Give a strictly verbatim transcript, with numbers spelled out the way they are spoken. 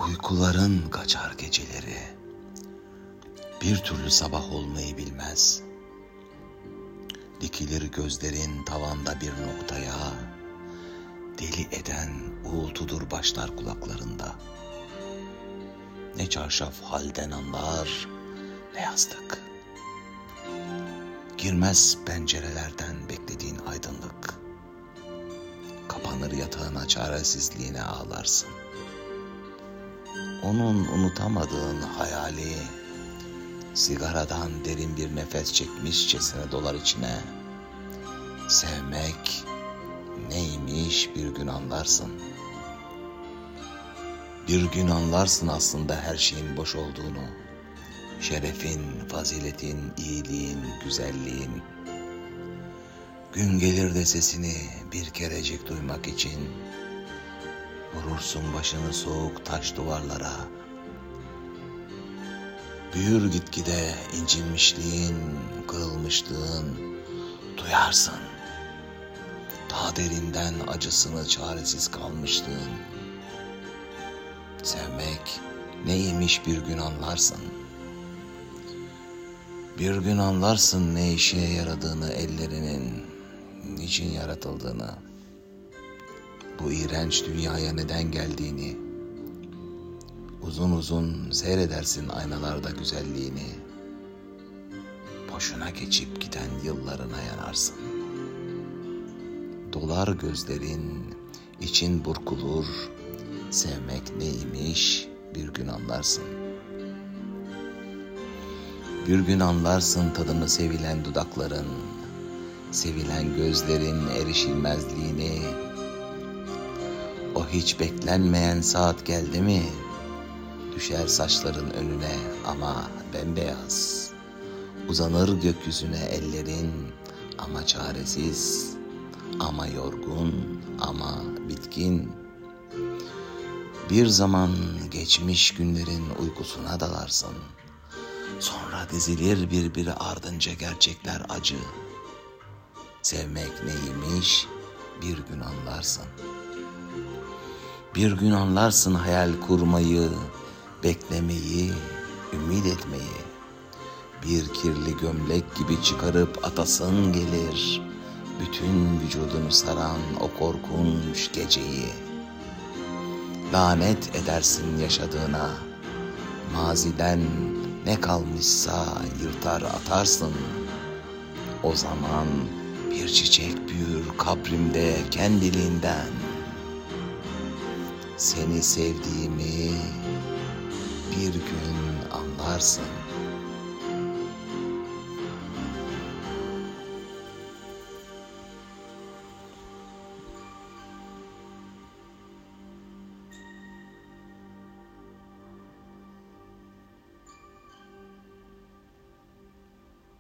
Uykuların kaçar geceleri, bir türlü sabah olmayı bilmez. Dikilir gözlerin tavanda bir noktaya, deli eden uğultudur başlar kulaklarında. Ne çarşaf halden anlar, ne yastık. Girmez pencerelerden beklediğin aydınlık. Kapanır yatağına, çaresizliğine ağlarsın. Onun unutamadığın hayali, sigaradan derin bir nefes çekmişçesine dolar içine. Sevmek neymiş bir gün anlarsın. Bir gün anlarsın aslında her şeyin boş olduğunu. Şerefin, faziletin, iyiliğin, güzelliğin. Gün gelir de sesini bir kerecik duymak için vurursun başını soğuk taş duvarlara. Büyür gitgide incinmişliğin, kırılmışlığın, duyarsın. Ta derinden acısını, çaresiz kalmışlığın. Sevmek neymiş bir gün anlarsın. Bir gün anlarsın ne işe yaradığını ellerinin, niçin yaratıldığını. Bu iğrenç dünyaya neden geldiğini. Uzun uzun seyredersin aynalarda güzelliğini. Boşuna geçip giden yıllarına yanarsın. Dolar gözlerin, için burkulur. Sevmek neymiş bir gün anlarsın. Bir gün anlarsın tadını sevilen dudakların, sevilen gözlerin erişilmezliğini. O hiç beklenmeyen saat geldi mi? Düşer saçların önüne ama bembeyaz. Uzanır gökyüzüne ellerin ama çaresiz, ama yorgun, ama bitkin. Bir zaman geçmiş günlerin uykusuna dalarsın. Sonra dizilir birbiri ardınca gerçekler acı. Sevmek neymiş bir gün anlarsın. Bir gün anlarsın hayal kurmayı, beklemeyi, ümit etmeyi. Bir kirli gömlek gibi çıkarıp atasın gelir. Bütün vücudunu saran o korkunç geceyi. Lanet edersin yaşadığına. Maziden ne kalmışsa yırtar atarsın. O zaman bir çiçek büyür kabrimde kendiliğinden. Seni sevdiğimi bir gün anlarsın.